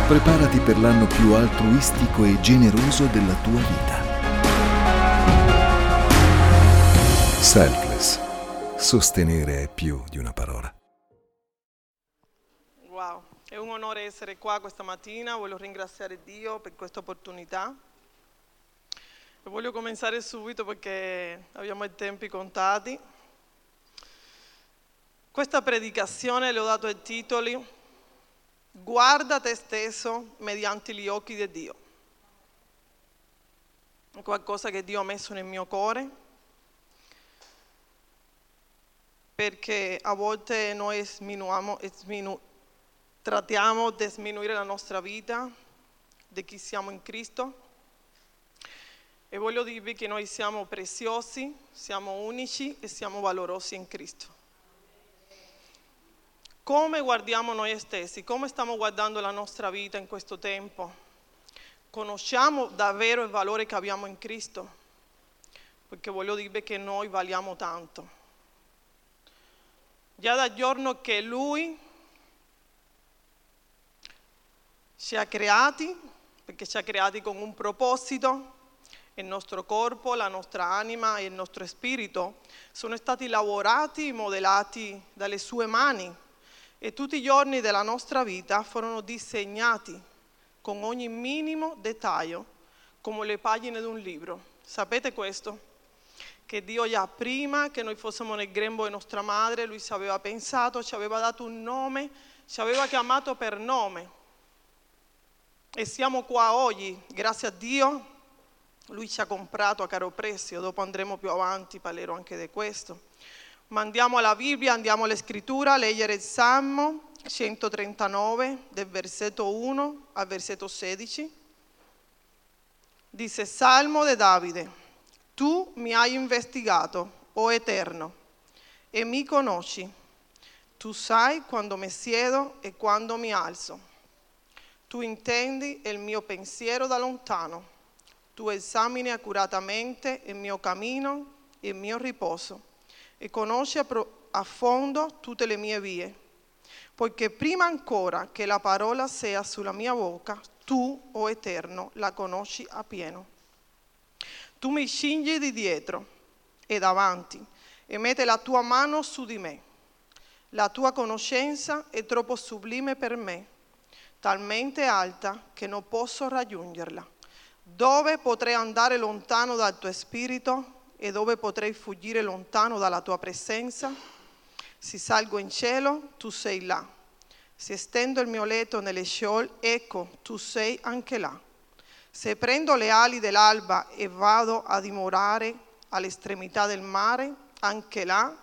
Preparati per l'anno più altruistico e generoso della tua vita. Selfless. Sostenere è più di una parola. Wow, è un onore essere qua questa mattina, voglio ringraziare Dio per questa opportunità. E voglio cominciare subito perché abbiamo i tempi contati. Questa predicazione le ho dato i titoli Guarda te stesso mediante gli occhi di Dio. È qualcosa che Dio ha messo nel mio cuore, perché a volte noi trattiamo di sminuire la nostra vita, di chi siamo in Cristo. E voglio dirvi che noi siamo preziosi, siamo unici e siamo valorosi in Cristo. Come guardiamo noi stessi? Come stiamo guardando la nostra vita in questo tempo? Conosciamo davvero il valore che abbiamo in Cristo? Perché voglio dirvi che noi valiamo tanto. Già dal giorno che Lui ci ha creati, perché ci ha creati con un proposito, il nostro corpo, la nostra anima e il nostro spirito sono stati lavorati, modellati dalle sue mani e tutti i giorni della nostra vita furono disegnati con ogni minimo dettaglio, come le pagine di un libro. Sapete questo? Che Dio già prima che noi fossimo nel grembo di nostra madre, Lui ci aveva pensato, ci aveva dato un nome, ci aveva chiamato per nome. E siamo qua oggi, grazie a Dio. Lui ci ha comprato a caro prezzo, dopo andremo più avanti, parlerò anche di questo. Ma andiamo alla Bibbia, andiamo alla Scrittura a leggere il Salmo 139, del versetto 1 al versetto 16. Dice: Salmo di Davide, tu mi hai investigato, o Eterno, e mi conosci. Tu sai quando mi siedo e quando mi alzo. Tu intendi il mio pensiero da lontano. Tu esamini accuratamente il mio cammino e il mio riposo e conosci a fondo tutte le mie vie, poiché prima ancora che la parola sia sulla mia bocca, tu, o Eterno, la conosci appieno. Tu mi cingi di dietro e davanti e metti la tua mano su di me. La tua conoscenza è troppo sublime per me, talmente alta che non posso raggiungerla. Dove potrei andare lontano dal tuo spirito e dove potrei fuggire lontano dalla tua presenza? Se salgo in cielo, tu sei là. Se stendo il mio letto nelle Sheol, ecco, tu sei anche là. Se prendo le ali dell'alba e vado a dimorare all'estremità del mare, anche là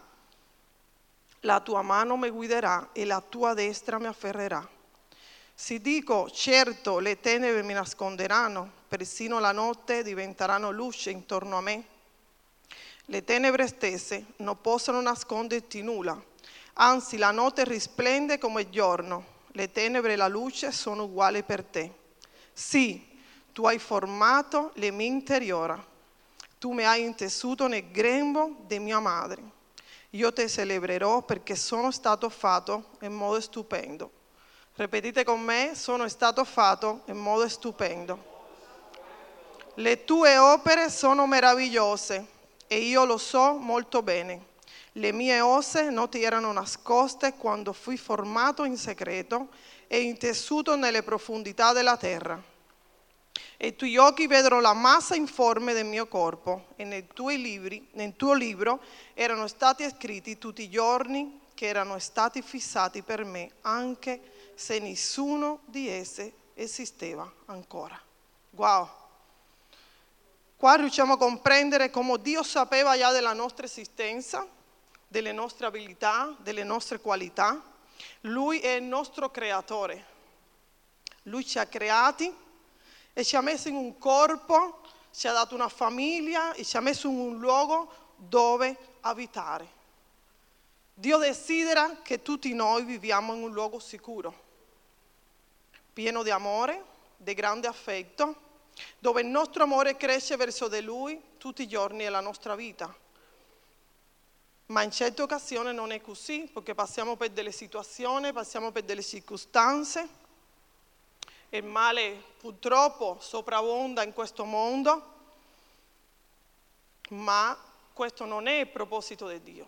la tua mano mi guiderà e la tua destra mi afferrerà. Se dico, certo, le tenebre mi nasconderanno, persino la notte diventeranno luce intorno a me. Le tenebre stesse non possono nasconderti nulla, anzi la notte risplende come il giorno, le tenebre e la luce sono uguali per te. Sì, tu hai formato le mie interiora, tu mi hai intessuto nel grembo di mia madre. Io ti celebrerò perché sono stato fatto in modo stupendo. Ripetite con me, sono stato fatto in modo stupendo. Le tue opere sono meravigliose e io lo so molto bene. Le mie ossa non ti erano nascoste quando fui formato in segreto e intessuto nelle profondità della terra. E i tuoi occhi vedono la massa informe del mio corpo e nel tuo libro erano stati scritti tutti i giorni che erano stati fissati per me, anche se nessuno di essi esisteva ancora. Wow! Qua riusciamo a comprendere come Dio sapeva già della nostra esistenza, delle nostre abilità, delle nostre qualità. Lui è il nostro creatore. Lui ci ha creati e ci ha messo in un corpo, ci ha dato una famiglia e ci ha messo in un luogo dove abitare. Dio desidera che tutti noi viviamo in un luogo sicuro, pieno di amore, di grande affetto, dove il nostro amore cresce verso di Lui tutti i giorni della nostra vita. Ma in certe occasioni non è così, perché passiamo per delle situazioni, passiamo per delle circostanze il male purtroppo sopravvonda in questo mondo, ma questo non è il proposito di Dio.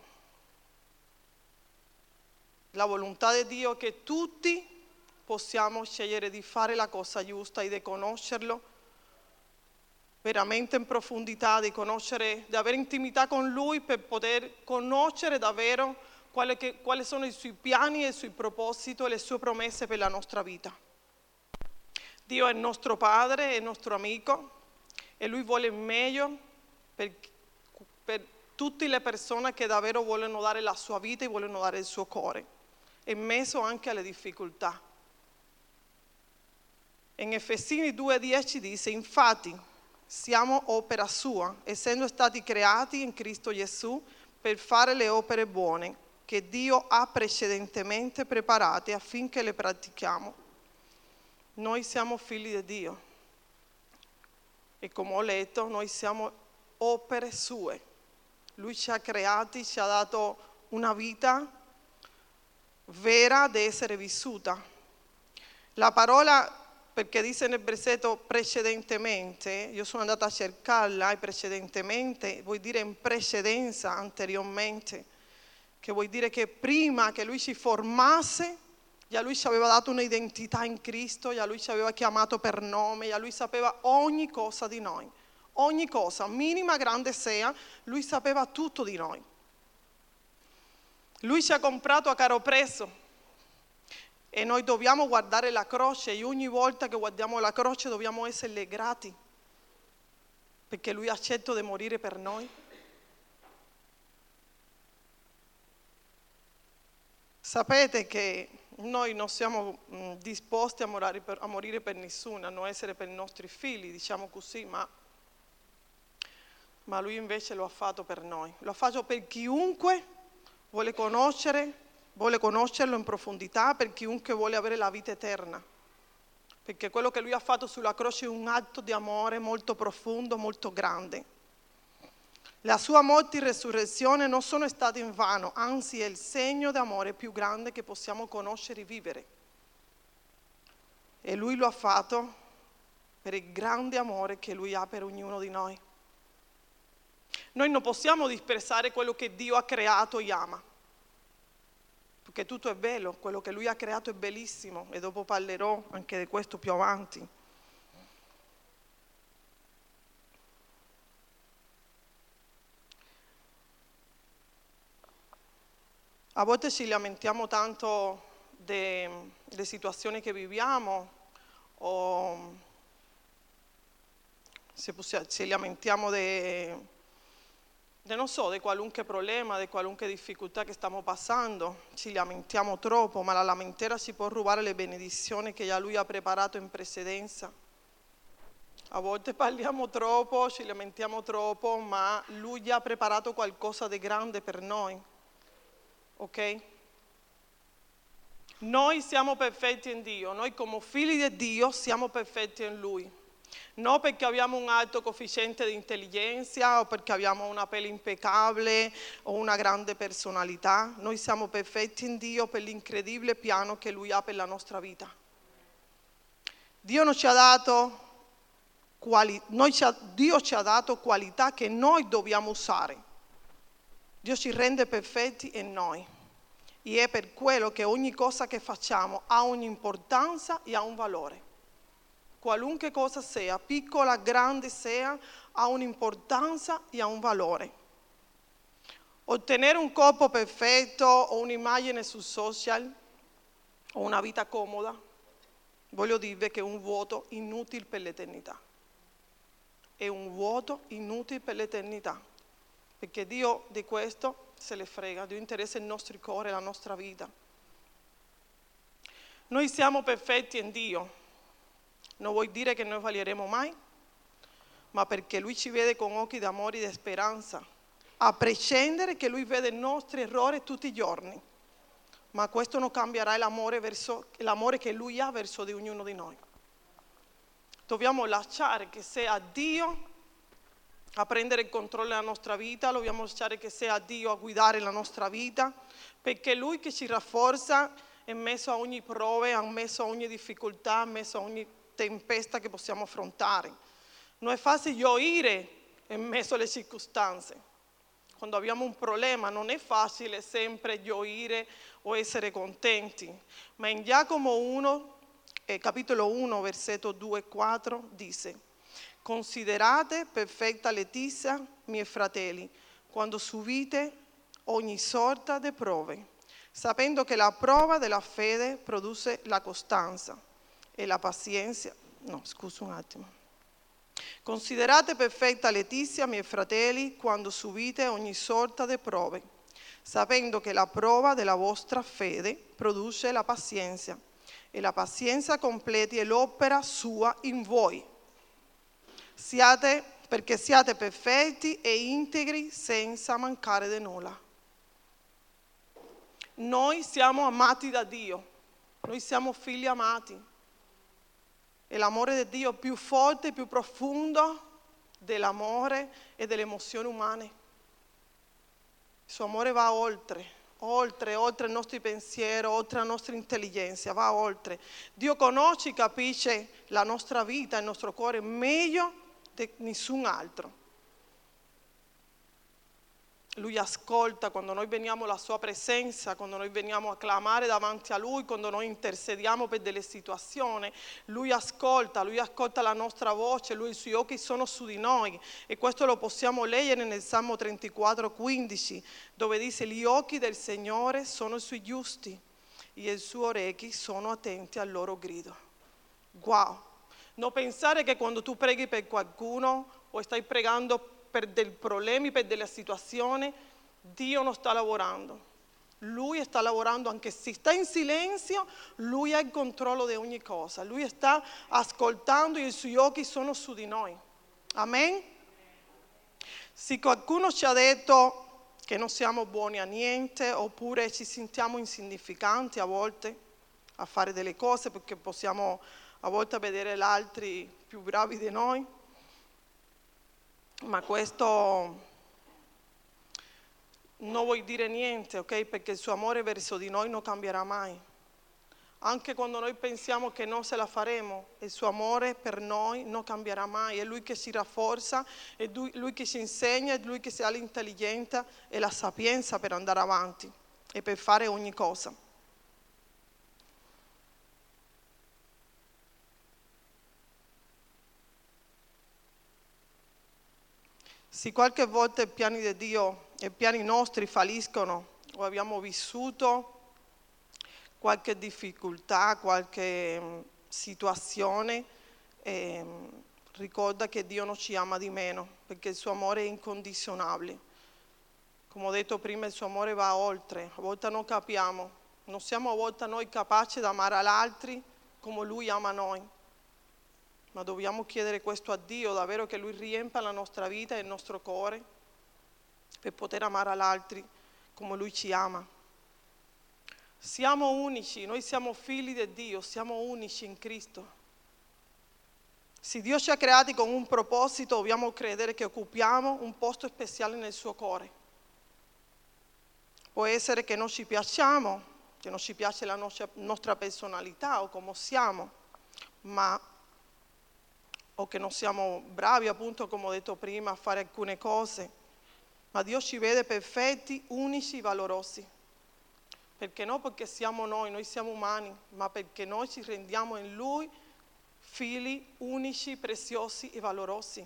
La volontà di Dio è che tutti possiamo scegliere di fare la cosa giusta e di conoscerlo veramente in profondità, di avere intimità con Lui per poter conoscere davvero quali sono i suoi piani e i suoi propositi e le sue promesse per la nostra vita. Dio è il nostro Padre, è il nostro amico e Lui vuole il meglio per tutte le persone che davvero vogliono dare la sua vita e vogliono dare il suo cuore, in mezzo anche alle difficoltà. In Efesini 2,10 dice: infatti siamo opera sua, essendo stati creati in Cristo Gesù per fare le opere buone che Dio ha precedentemente preparate affinché le pratichiamo. Noi siamo figli di Dio e, come ho letto, noi siamo opere sue. Lui ci ha creati, ci ha dato una vita vera da essere vissuta. La parola, perché dice nel versetto precedentemente, io sono andata a cercarla, e precedentemente vuol dire in precedenza, anteriormente, che vuol dire che prima che Lui ci formasse, già Lui ci aveva dato un'identità in Cristo, già Lui ci aveva chiamato per nome, già Lui sapeva ogni cosa di noi, ogni cosa, minima, grande sia, Lui sapeva tutto di noi. Lui ci ha comprato a caro prezzo. E noi dobbiamo guardare la croce e ogni volta che guardiamo la croce dobbiamo esserle grati perché Lui ha scelto di morire per noi. Sapete che noi non siamo disposti a morire per nessuno, a non essere per i nostri figli, diciamo così, ma Lui invece lo ha fatto per noi. Lo ha fatto per chiunque vuole conoscerlo in profondità, per chiunque vuole avere la vita eterna, perché quello che Lui ha fatto sulla croce è un atto di amore molto profondo, molto grande. La sua morte e resurrezione non sono state in vano, anzi è il segno di amore più grande che possiamo conoscere e vivere. E Lui lo ha fatto per il grande amore che Lui ha per ognuno di noi. Noi non possiamo disprezzare quello che Dio ha creato e ama, perché tutto è bello, quello che Lui ha creato è bellissimo e dopo parlerò anche di questo più avanti. A volte ci lamentiamo tanto delle situazioni che viviamo o ci lamentiamo non so, di qualunque problema, di qualunque difficoltà che stiamo passando, ci lamentiamo troppo, ma la lamentela ci può rubare le benedizioni che già Lui ha preparato in precedenza. A volte parliamo troppo, ci lamentiamo troppo, ma Lui già ha preparato qualcosa di grande per noi, ok? Noi siamo perfetti in Dio, noi come figli di Dio siamo perfetti in Lui. Non perché abbiamo un alto coefficiente di intelligenza o perché abbiamo una pelle impeccabile o una grande personalità. Noi siamo perfetti in Dio per l'incredibile piano che Lui ha per la nostra vita. Dio ci ha dato qualità che noi dobbiamo usare. Dio ci rende perfetti in noi. E è per quello che ogni cosa che facciamo ha un'importanza e ha un valore. Qualunque cosa sia, piccola, grande sia, ha un'importanza e ha un valore. Ottenere un corpo perfetto o un'immagine su social o una vita comoda, voglio dirvi che è un vuoto inutile per l'eternità. È un vuoto inutile per l'eternità, perché Dio di questo se le frega, Dio interessa il nostro cuore, la nostra vita. Noi siamo perfetti in Dio. Non vuol dire che noi falleremo mai, ma perché Lui ci vede con occhi di amore e di speranza, a prescindere che Lui vede i nostri errori tutti i giorni. Ma questo non cambierà l'amore che Lui ha verso di ognuno di noi. Dobbiamo lasciare che sia Dio a prendere il controllo della nostra vita, dobbiamo lasciare che sia Dio a guidare la nostra vita, perché è Lui che ci rafforza in mezzo a ogni prova, in mezzo a ogni difficoltà, in mezzo a ogni tempesta che possiamo affrontare. Non è facile gioire in mezzo alle circostanze. Quando abbiamo un problema non è facile sempre gioire o essere contenti, ma in Giacomo 1, capitolo 1, versetto 2 e 4 dice: considerate perfetta letizia, miei fratelli, quando subite ogni sorta di prove, sapendo che la prova della fede produce la costanza e la pazienza. No, scusa un attimo. Considerate perfetta letizia, miei fratelli, quando subite ogni sorta di prove, sapendo che la prova della vostra fede produce la pazienza, e la pazienza completi l'opera sua in voi. Perché siate perfetti e integri senza mancare di nulla. Noi siamo amati da Dio, noi siamo figli amati. E l'amore di Dio è più forte, più profondo dell'amore e delle emozioni umane. Il suo amore va oltre i nostri pensieri, oltre la nostra intelligenza, va oltre. Dio conosce e capisce la nostra vita, il nostro cuore meglio di nessun altro. Lui ascolta quando noi veniamo alla sua presenza, quando noi veniamo a clamare davanti a Lui, quando noi intercediamo per delle situazioni. Lui ascolta la nostra voce, i suoi occhi sono su di noi. E questo lo possiamo leggere nel Salmo 34:15, dove dice: gli occhi del Signore sono sui giusti e i suoi orecchi sono attenti al loro grido. Wow! Non pensare che quando tu preghi per qualcuno o stai pregando per dei problemi, per delle situazioni, Dio non sta lavorando. Lui sta lavorando, anche se sta in silenzio, Lui ha il controllo di ogni cosa. Lui sta ascoltando e i suoi occhi sono su di noi. Amen? Se qualcuno ci ha detto che non siamo buoni a niente, oppure ci sentiamo insignificanti a volte a fare delle cose, perché possiamo a volte vedere gli altri più bravi di noi, ma questo non vuol dire niente, ok? Perché il suo amore verso di noi non cambierà mai. Anche quando noi pensiamo che non ce la faremo, il suo amore per noi non cambierà mai. È Lui che ci rafforza, è Lui che ci insegna, è Lui che ci ha l'intelligenza e la sapienza per andare avanti e per fare ogni cosa. Se qualche volta i piani di Dio e i piani nostri falliscono o abbiamo vissuto qualche difficoltà, qualche situazione, ricorda che Dio non ci ama di meno, perché il suo amore è incondizionabile. Come ho detto prima, il suo amore va oltre. A volte non capiamo, non siamo a volte noi capaci di amare gli altri come Lui ama noi. Ma dobbiamo chiedere questo a Dio, davvero, che Lui riempa la nostra vita e il nostro cuore per poter amare gli altri come Lui ci ama. Siamo unici, noi siamo figli di Dio, siamo unici in Cristo. Se Dio ci ha creati con un proposito, dobbiamo credere che occupiamo un posto speciale nel suo cuore. Può essere che non ci piacciamo, che non ci piace la nostra personalità o come siamo, o che non siamo bravi, appunto, come ho detto prima, a fare alcune cose, ma Dio ci vede perfetti, unici, valorosi. Perché non perché siamo noi siamo umani, ma perché noi ci rendiamo in Lui figli unici, preziosi e valorosi.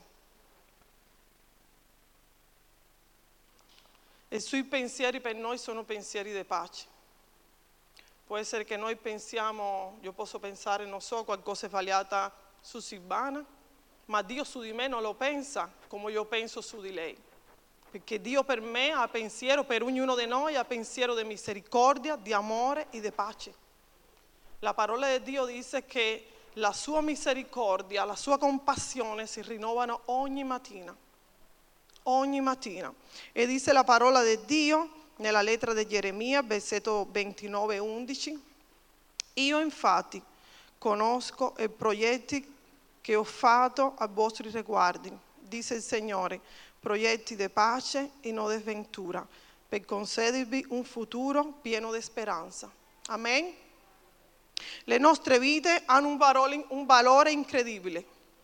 E i suoi pensieri per noi sono pensieri di pace. Può essere che noi pensiamo, io posso pensare, non so, qualcosa è sbagliata su Silvana, ma Dio su di me non lo pensa come io penso su di lei. Perché Dio per me ha pensiero, per ognuno di noi ha pensiero di misericordia, di amore e di pace. La parola di Dio dice che la sua misericordia, la sua compassione si rinnovano ogni mattina. Ogni mattina. E dice la parola di Dio nella lettera di Geremia, versetto 29-11: io infatti conosco i progetti che ho fatto a vostri riguardi, dice il Signore, progetti di pace e non di sventura, per concedervi un futuro pieno di speranza. Amen? Le nostre vite hanno un valore incredibile.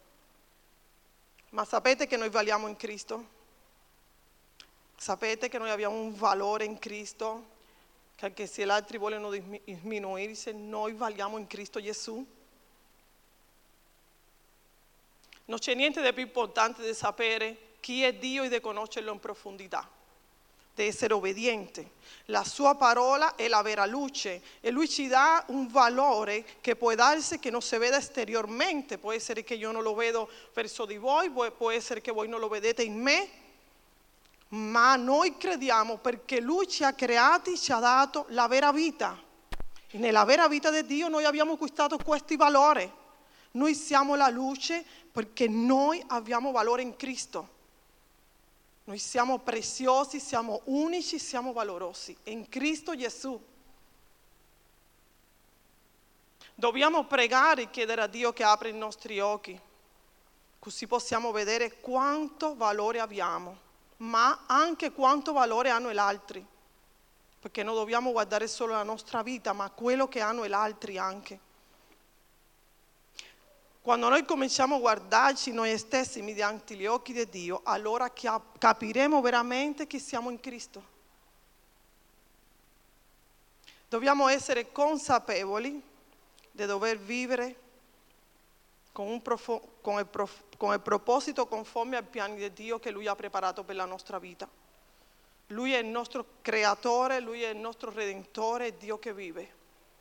Ma sapete che noi valiamo in Cristo? Sapete che noi abbiamo un valore in Cristo? Che anche se gli altri vogliono diminuirsi, noi valiamo in Cristo Gesù? Non c'è niente di più importante di sapere chi è Dio e di conoscerlo in profondità, di essere obbediente. La sua parola è la vera luce e Lui ci dà un valore che può darsi che non si vede esteriormente. Può essere che io non lo vedo verso di voi, può essere che voi non lo vedete in me, ma noi crediamo perché Lui ci ha creati, ci ha dato la vera vita. E nella vera vita di Dio noi abbiamo acquistato questi valori. Noi siamo la luce perché noi abbiamo valore in Cristo. Noi siamo preziosi, siamo unici, siamo valorosi in Cristo Gesù. Dobbiamo pregare e chiedere a Dio che apra i nostri occhi, così possiamo vedere quanto valore abbiamo, ma anche quanto valore hanno gli altri, perché non dobbiamo guardare solo la nostra vita, ma quello che hanno gli altri anche. Quando noi cominciamo a guardarci noi stessi mediante gli occhi di Dio, allora capiremo veramente che siamo in Cristo. Dobbiamo essere consapevoli di dover vivere con il proposito conforme ai piani di Dio che Lui ha preparato per la nostra vita. Lui è il nostro creatore, Lui è il nostro redentore, è Dio che vive.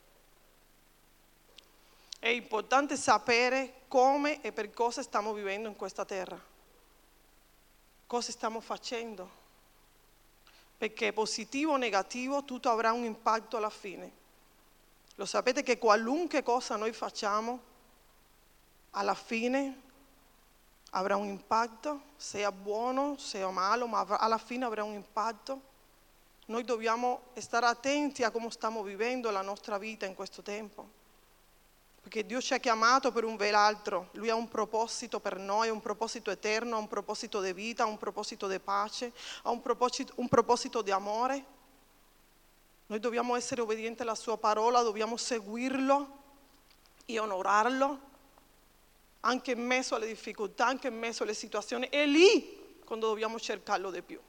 È importante sapere come e per cosa stiamo vivendo in questa terra, cosa stiamo facendo, perché positivo o negativo tutto avrà un impatto alla fine. Lo sapete che qualunque cosa noi facciamo, alla fine avrà un impatto, sia buono, sia malo, ma alla fine avrà un impatto. Noi dobbiamo stare attenti a come stiamo vivendo la nostra vita in questo tempo. Perché Dio ci ha chiamato per un vero altro, Lui ha un proposito per noi, un proposito eterno, un proposito di vita, un proposito di pace, ha un proposito di amore. Noi dobbiamo essere obbedienti alla Sua parola, dobbiamo seguirlo e onorarlo, anche in mezzo alle difficoltà, anche in mezzo alle situazioni. È lì quando dobbiamo cercarlo di più.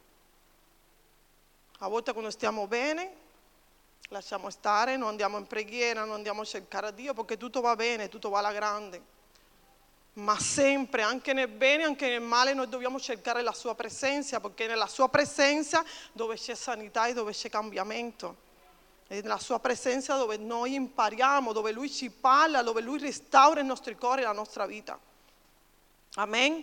A volte quando stiamo bene, lasciamo stare, non andiamo in preghiera, non andiamo a cercare a Dio perché tutto va bene, tutto va alla grande. Ma sempre, anche nel bene, anche nel male, noi dobbiamo cercare la Sua presenza, perché è nella Sua presenza dove c'è sanità e dove c'è cambiamento. È nella Sua presenza dove noi impariamo, dove Lui ci parla, dove Lui restaura i nostri cuori e la nostra vita. Amen.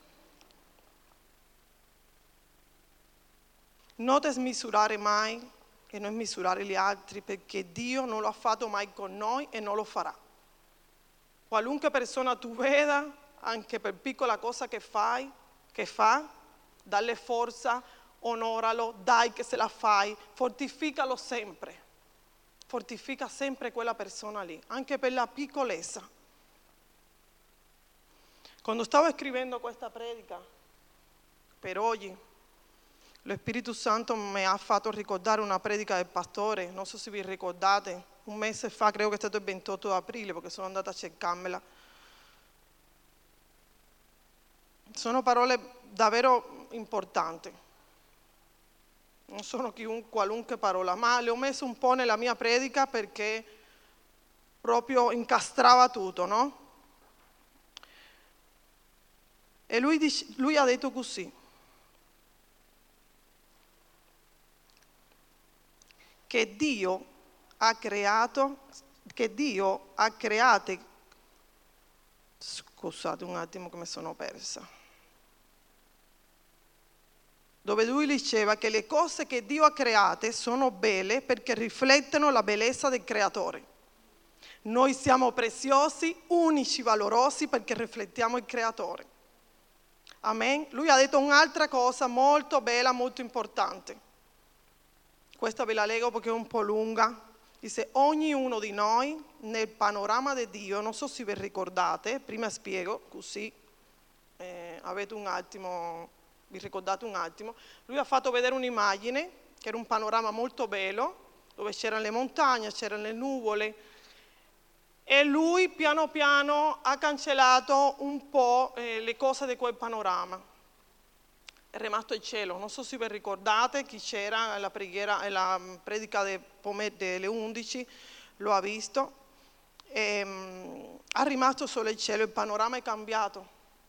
Non ti smisurare mai e non misurare gli altri, perché Dio non lo ha fatto mai con noi e non lo farà. Qualunque persona tu veda, anche per piccola cosa che fa, dalle forza, onoralo, dai che se la fai, fortificalo sempre. Fortifica sempre quella persona lì, anche per la piccolezza. Quando stavo scrivendo questa predica per oggi, lo Spirito Santo mi ha fatto ricordare una predica del pastore, non so se vi ricordate, un mese fa, credo che è stato il 28 aprile, perché sono andata a cercarmela. Sono parole davvero importanti, non sono qualunque parola, ma le ho messe un po' nella mia predica perché proprio incastrava tutto, no? E lui ha detto così: che Dio ha creato, scusate un attimo che mi sono persa, dove lui diceva che le cose che Dio ha create sono belle perché riflettono la bellezza del creatore. Noi siamo preziosi, unici, valorosi perché riflettiamo il creatore. Amen. Lui ha detto un'altra cosa molto bella, molto importante. Questa ve la leggo perché è un po' lunga. Dice: ognuno di noi nel panorama di Dio, non so se vi ricordate, prima spiego così avete un attimo, vi ricordate un attimo. Lui ha fatto vedere un'immagine che era un panorama molto bello, dove c'erano le montagne, c'erano le nuvole E lui piano piano ha cancellato un po' le cose di quel panorama. È rimasto il cielo. Non so se vi ricordate, chi c'era alla preghiera, la predica delle 11 lo ha visto. Ha rimasto solo il cielo, il panorama è cambiato.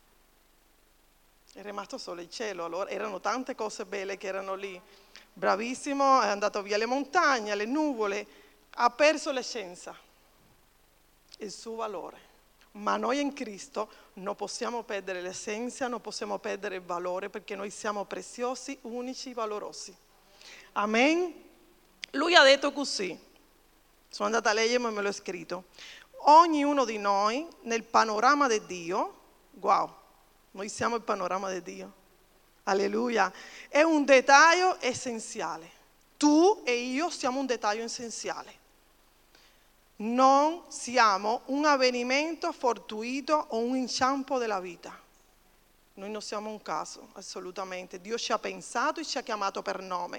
È rimasto solo il cielo. Allora erano tante cose belle che erano lì. Bravissimo, è andato via le montagne, le nuvole, ha perso l'essenza, il suo valore. Ma noi in Cristo non possiamo perdere l'essenza, non possiamo perdere il valore, perché noi siamo preziosi, unici, valorosi. Amen? Lui ha detto così, sono andata a leggere ma me l'ho scritto: ognuno di noi nel panorama di Dio, wow, noi siamo il panorama di Dio, alleluia, è un dettaglio essenziale. Tu e io siamo un dettaglio essenziale. Non siamo un avvenimento fortuito o un inciampo della vita. Noi non siamo un caso, assolutamente. Dio ci ha pensato e ci ha chiamato per nome.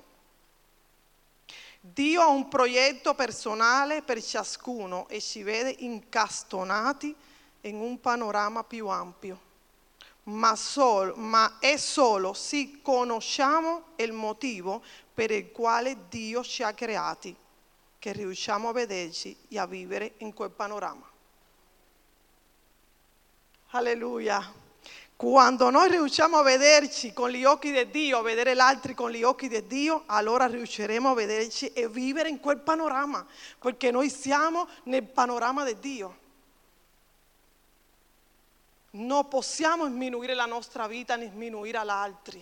Dio ha un progetto personale per ciascuno e ci vede incastonati in un panorama più ampio. Ma è solo se conosciamo il motivo per il quale Dio ci ha creati che riusciamo a vederci e a vivere in quel panorama. Alleluia. Quando noi riusciamo a vederci con gli occhi di Dio, a vedere gli altri con gli occhi di Dio, allora riusciremo a vederci e vivere in quel panorama, perché noi siamo nel panorama di Dio. Non possiamo sminuire la nostra vita né sminuire agli altri.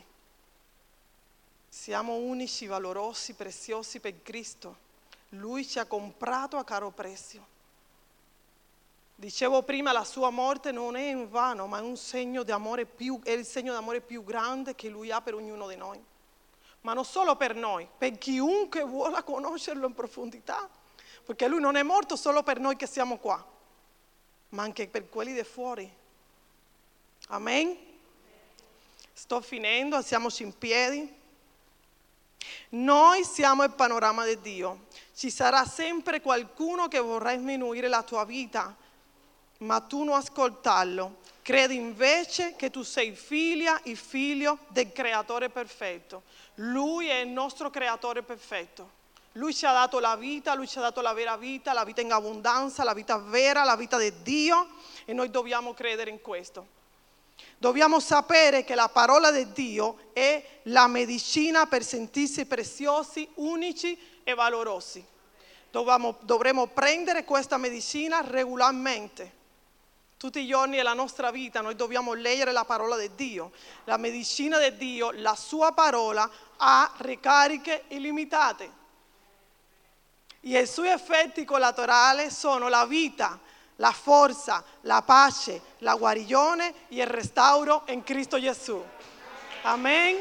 Siamo unici, valorosi, preziosi per Cristo. Lui ci ha comprato a caro prezzo. Dicevo prima, la sua morte non è in vano, ma è un segno di amore è il segno di amore più grande che Lui ha per ognuno di noi. Ma non solo per noi, per chiunque vuole conoscerlo in profondità. Perché Lui non è morto solo per noi che siamo qua, ma anche per quelli di fuori. Amen? Sto finendo, alziamoci in piedi. Noi siamo il panorama di Dio. Ci sarà sempre qualcuno che vorrà sminuire la tua vita, ma tu non ascoltarlo. Credi invece che tu sei figlia e figlio del Creatore perfetto. Lui è il nostro Creatore perfetto. Lui ci ha dato la vita, Lui ci ha dato la vera vita, la vita in abbondanza, la vita vera, la vita di Dio, e noi dobbiamo credere in questo. Dobbiamo sapere che la parola di Dio è la medicina per sentirsi preziosi, unici e valorosi. Dovremo prendere questa medicina regolarmente. Tutti i giorni della nostra vita noi dobbiamo leggere la parola di Dio. La medicina di Dio, la sua parola, ha ricariche illimitate. E i suoi effetti collaterali sono la vita, la forza, la pace, la guarigione e il restauro in Cristo Gesù. Amen.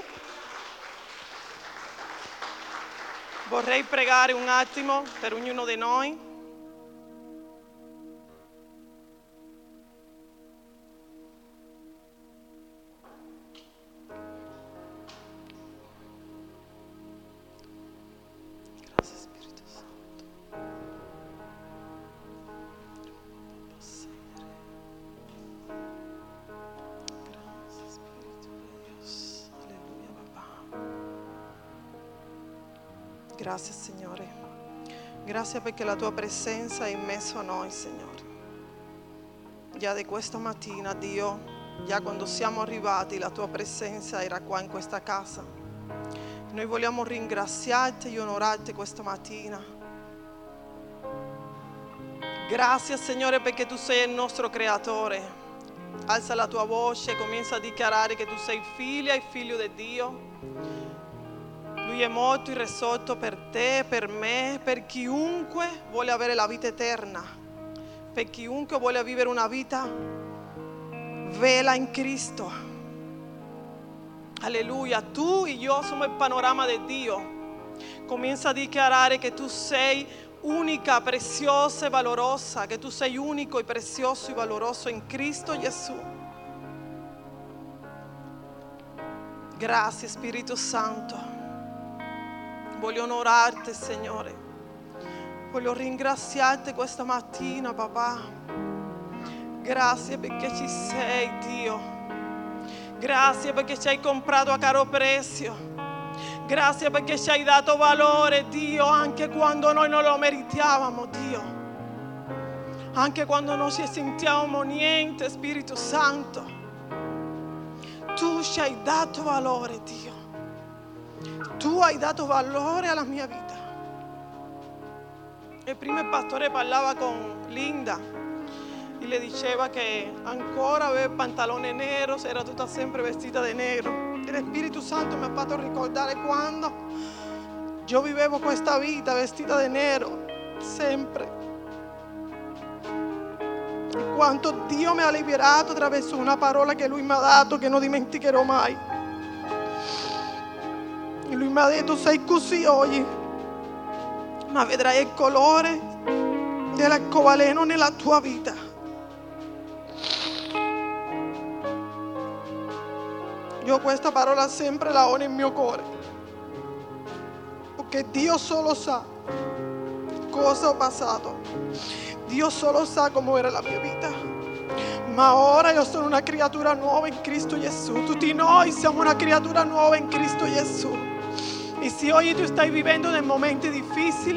Vorrei pregare un attimo per ognuno di noi. Grazie Spirito Santo. Grazie Spirito di Dio. Alleluia papà. Grazie Signore. Grazie perché la tua presenza è in mezzo a noi, Signore. Già di questa mattina, Dio, già quando siamo arrivati, la tua presenza era qua in questa casa. Noi vogliamo ringraziarti e onorarti questa mattina. Grazie Signore perché tu sei il nostro creatore. Alza la tua voce e comienza a dichiarare che tu sei figlia e figlio di Dio. Lui è morto e risorto per te, per me, per chiunque vuole avere la vita eterna, per chiunque vuole vivere una vita vera in Cristo. Alleluia, tu e io siamo il panorama di Dio. Comienza a dichiarare che tu sei unica, preziosa e valorosa, che tu sei unico e prezioso e valoroso in Cristo Gesù. Grazie Spirito Santo. Voglio onorarti, Signore. Voglio ringraziarti questa mattina, papà. Grazie perché ci sei, Dio. Grazie perché ci hai comprato a caro prezzo. Grazie perché ci hai dato valore, Dio, anche quando noi non lo meritavamo, Dio. Anche quando non ci sentivamo niente, Spirito Santo. Tu ci hai dato valore, Dio. Tu hai dato valore alla mia vita. E prima il pastore parlava con Linda e le diceva che ancora aveva il pantalone nero, era tutta sempre vestita di nero. E lo Spirito Santo mi ha fatto ricordare quando io vivevo questa vita vestita di nero, sempre. E quanto Dio mi ha liberato attraverso una parola che Lui mi ha dato, che non dimenticherò mai. E Lui mi ha detto: sei così oggi, ma vedrai il colore dell'arcobaleno nella tua vita. Io questa parola sempre la ho nel mio cuore, perché Dio solo sa cosa ho passato. Dio solo sa come era la mia vita. Ma ora io sono una creatura nuova in Cristo Gesù. Tutti noi siamo una creatura nuova in Cristo Gesù. E se oggi tu stai vivendo dei momenti difficili,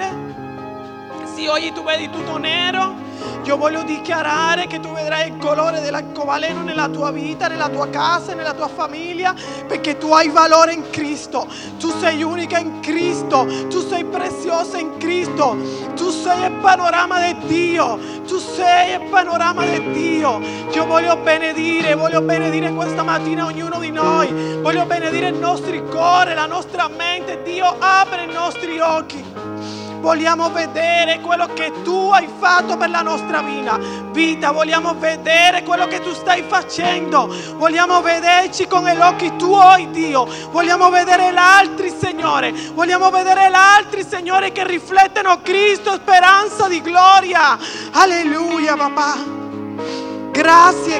se oggi tu vedi tutto nero, io voglio dichiarare che tu vedrai il colore dell'arcobaleno nella tua vita, nella tua casa, nella tua famiglia, perché tu hai valore in Cristo. Tu sei unica in Cristo, tu sei preziosa in Cristo, tu sei il panorama di Dio, tu sei il panorama di Dio. Io voglio benedire questa mattina ognuno di noi, voglio benedire il nostro cuore, la nostra mente. Dio, apre i nostri occhi. Vogliamo vedere quello che tu hai fatto per la nostra vita. Vogliamo vedere quello che tu stai facendo. Vogliamo vederci con gli occhi tuoi, Dio. Vogliamo vedere l'altri, Signore. Vogliamo vedere l'altri, Signore, che riflettono Cristo, speranza di gloria. Alleluia, papà. Grazie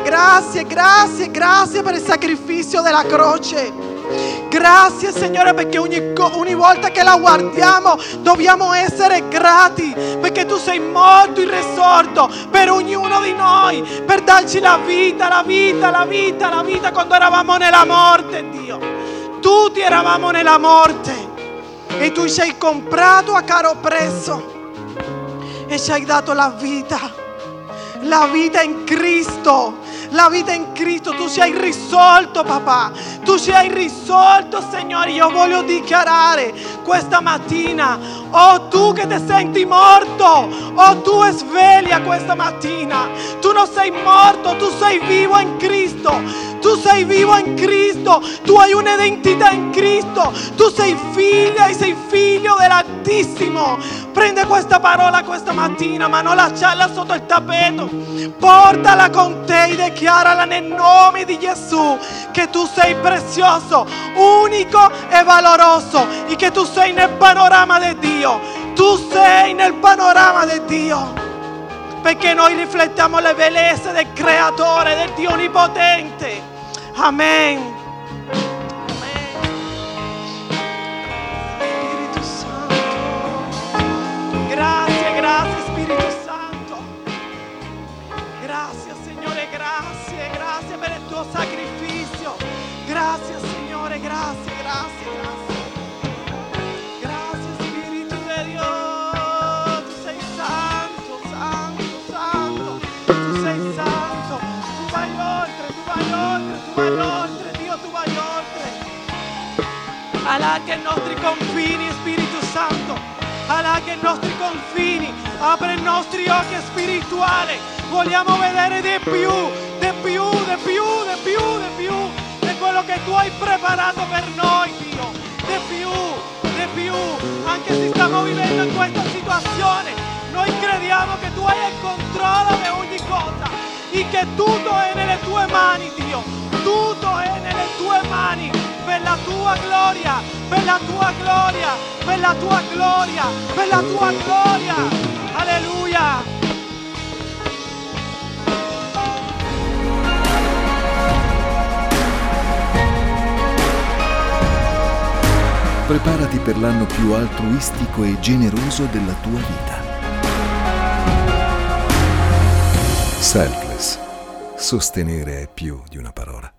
per il sacrificio della croce. Grazie, Signore, perché ogni volta che la guardiamo dobbiamo essere grati, perché tu sei morto in risorto per ognuno di noi, per darci la vita quando eravamo nella morte, Dio. Tutti eravamo nella morte e tu ci hai comprato a caro prezzo e ci hai dato la vita in Cristo. La vita in Cristo, tu ci hai risolto, papà. Tu ci hai risolto, Signore. Io voglio dichiarare questa mattina: oh tu che ti senti morto, oh tu sveglia questa mattina. Tu non sei morto, tu sei vivo in Cristo. Tu sei vivo in Cristo, tu hai un'identità in Cristo, tu sei figlia e sei figlio dell'Altissimo. Prende questa parola questa mattina, ma non lasciarla sotto il tappeto. Portala con te e dichiarala nel nome di Gesù, che tu sei prezioso, unico e valoroso, e che tu sei nel panorama di Dio. Tu sei nel panorama di Dio, perché noi riflettiamo le bellezze del Creatore, del Dio Onnipotente. Amen. Spirito Santo, grazie Spirito Santo. Grazie, Signore, grazie per il tuo sacrificio. Grazie, Signore, grazie. Grazie, Spirito di Dio. Tu sei santo. Tu sei santo. Tu vai oltre, Dio, tu vai oltre. Allarga i nostri confini, Spirito Santo. Allarga i nostri confini. Apre i nostri occhi spirituali. Vogliamo vedere di più di quello che tu hai preparato per noi, Dio. Di più. Anche se stiamo vivendo in questa situazione, noi crediamo che tu hai il controllo di ogni cosa e che tutto è nelle tue mani, Dio. Tutto è nelle tue mani, per la tua gloria, per la tua gloria, per la tua gloria, per la tua gloria. Alleluia. Preparati per l'anno più altruistico e generoso della tua vita. Selfless. Sostenere è più di una parola.